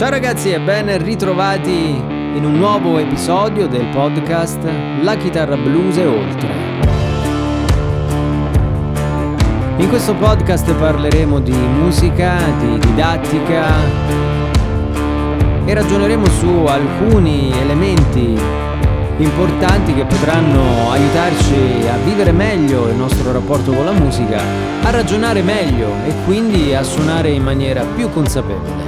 Ciao ragazzi e ben ritrovati in un nuovo episodio del podcast La chitarra blues e oltre. In questo podcast parleremo di musica, di didattica e ragioneremo su alcuni elementi importanti che potranno aiutarci a vivere meglio il nostro rapporto con la musica, a ragionare meglio e quindi a suonare in maniera più consapevole.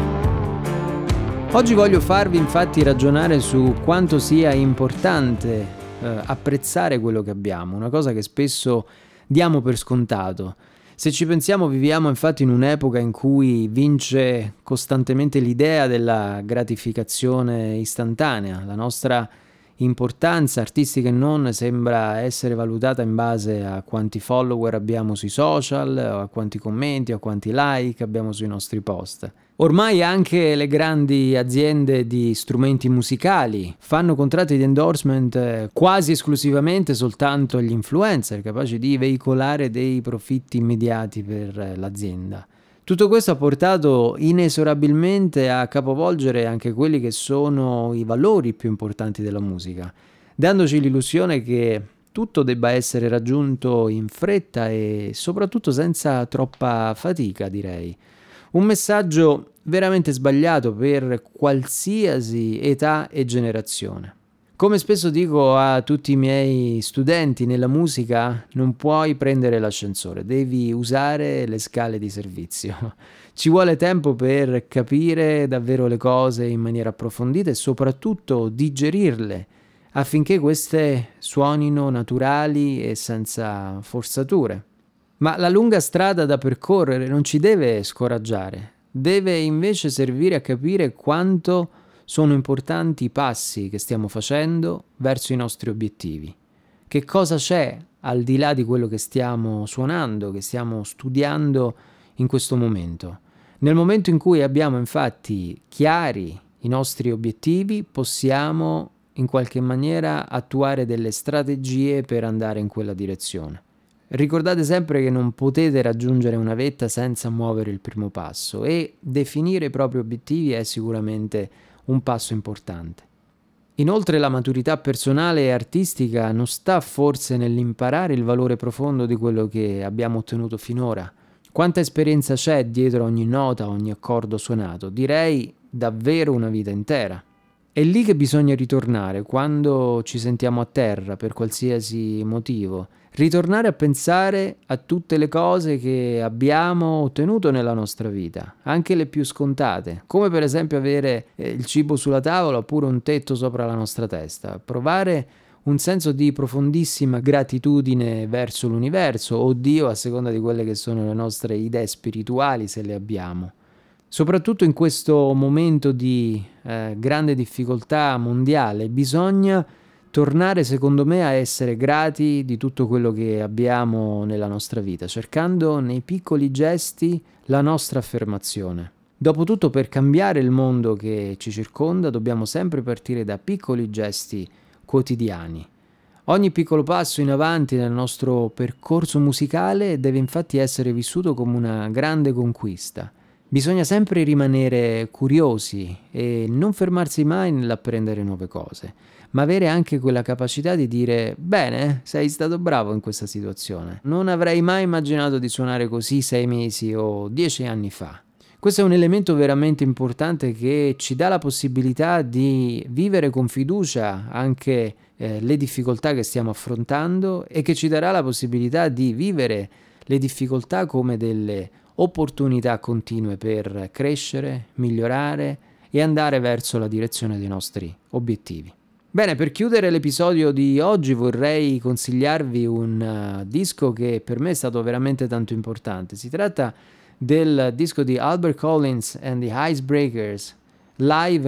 Oggi voglio farvi infatti ragionare su quanto sia importante apprezzare quello che abbiamo, una cosa che spesso diamo per scontato. Se ci pensiamo, viviamo infatti in un'epoca in cui vince costantemente l'idea della gratificazione istantanea. La nostra importanza artistica e non sembra essere valutata in base a quanti follower abbiamo sui social, o a quanti commenti, o a quanti like abbiamo sui nostri post. Ormai anche le grandi aziende di strumenti musicali fanno contratti di endorsement quasi esclusivamente soltanto agli influencer, capaci di veicolare dei profitti immediati per l'azienda. Tutto questo ha portato inesorabilmente a capovolgere anche quelli che sono i valori più importanti della musica, dandoci l'illusione che tutto debba essere raggiunto in fretta e soprattutto senza troppa fatica, direi. Un messaggio veramente sbagliato per qualsiasi età e generazione. Come spesso dico a tutti i miei studenti nella musica, non puoi prendere l'ascensore, devi usare le scale di servizio. Ci vuole tempo per capire davvero le cose in maniera approfondita e soprattutto digerirle, affinché queste suonino naturali e senza forzature. Ma la lunga strada da percorrere non ci deve scoraggiare, deve invece servire a capire quanto sono importanti i passi che stiamo facendo verso i nostri obiettivi. Che cosa c'è al di là di quello che stiamo suonando, che stiamo studiando in questo momento? Nel momento in cui abbiamo infatti chiari i nostri obiettivi, possiamo in qualche maniera attuare delle strategie per andare in quella direzione. Ricordate sempre che non potete raggiungere una vetta senza muovere il primo passo e definire i propri obiettivi è sicuramente un passo importante. Inoltre la maturità personale e artistica non sta forse nell'imparare il valore profondo di quello che abbiamo ottenuto finora. Quanta esperienza c'è dietro ogni nota, ogni accordo suonato? Direi davvero una vita intera. È lì che bisogna ritornare quando ci sentiamo a terra per qualsiasi motivo. Ritornare a pensare a tutte le cose che abbiamo ottenuto nella nostra vita, anche le più scontate, come per esempio avere il cibo sulla tavola oppure un tetto sopra la nostra testa. Provare un senso di profondissima gratitudine verso l'universo o Dio, a seconda di quelle che sono le nostre idee spirituali, se le abbiamo. Soprattutto in questo momento di grande difficoltà mondiale bisogna tornare, secondo me, a essere grati di tutto quello che abbiamo nella nostra vita, cercando nei piccoli gesti la nostra affermazione. Dopotutto, per cambiare il mondo che ci circonda, dobbiamo sempre partire da piccoli gesti quotidiani. Ogni piccolo passo in avanti nel nostro percorso musicale deve infatti essere vissuto come una grande conquista. Bisogna sempre rimanere curiosi e non fermarsi mai nell'apprendere nuove cose, ma avere anche quella capacità di dire: bene, sei stato bravo in questa situazione. Non avrei mai immaginato di suonare così 6 mesi o 10 anni fa. Questo è un elemento veramente importante che ci dà la possibilità di vivere con fiducia anche le difficoltà che stiamo affrontando e che ci darà la possibilità di vivere le difficoltà come delle opportunità continue per crescere, migliorare e andare verso la direzione dei nostri obiettivi. Bene, per chiudere l'episodio di oggi vorrei consigliarvi un disco che per me è stato veramente tanto importante. Si tratta del disco di Albert Collins and the Icebreakers Live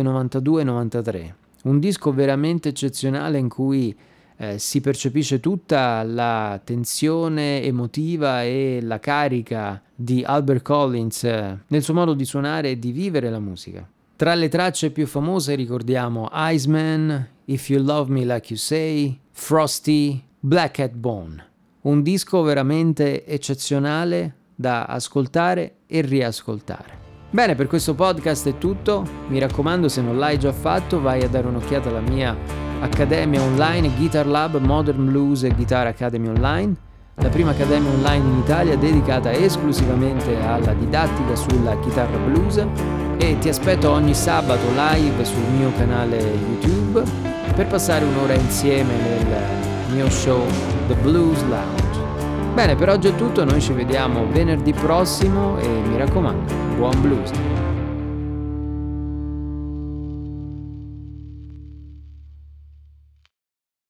92-93, un disco veramente eccezionale in cui si percepisce tutta la tensione emotiva e la carica di Albert Collins nel suo modo di suonare e di vivere la musica. Tra le tracce più famose ricordiamo Iceman, If You Love Me Like You Say, Frosty, Black Cat Bone. Un disco veramente eccezionale da ascoltare e riascoltare. Bene, per questo podcast è tutto. Mi raccomando, se non l'hai già fatto, vai a dare un'occhiata alla mia accademia online, Guitar Lab Modern Blues e Guitar Academy Online, la prima accademia online in Italia dedicata esclusivamente alla didattica sulla chitarra blues, e ti aspetto ogni sabato live sul mio canale YouTube per passare un'ora insieme nel mio show The Blues Lounge. Bene, per oggi è tutto, noi ci vediamo venerdì prossimo e mi raccomando, buon blues!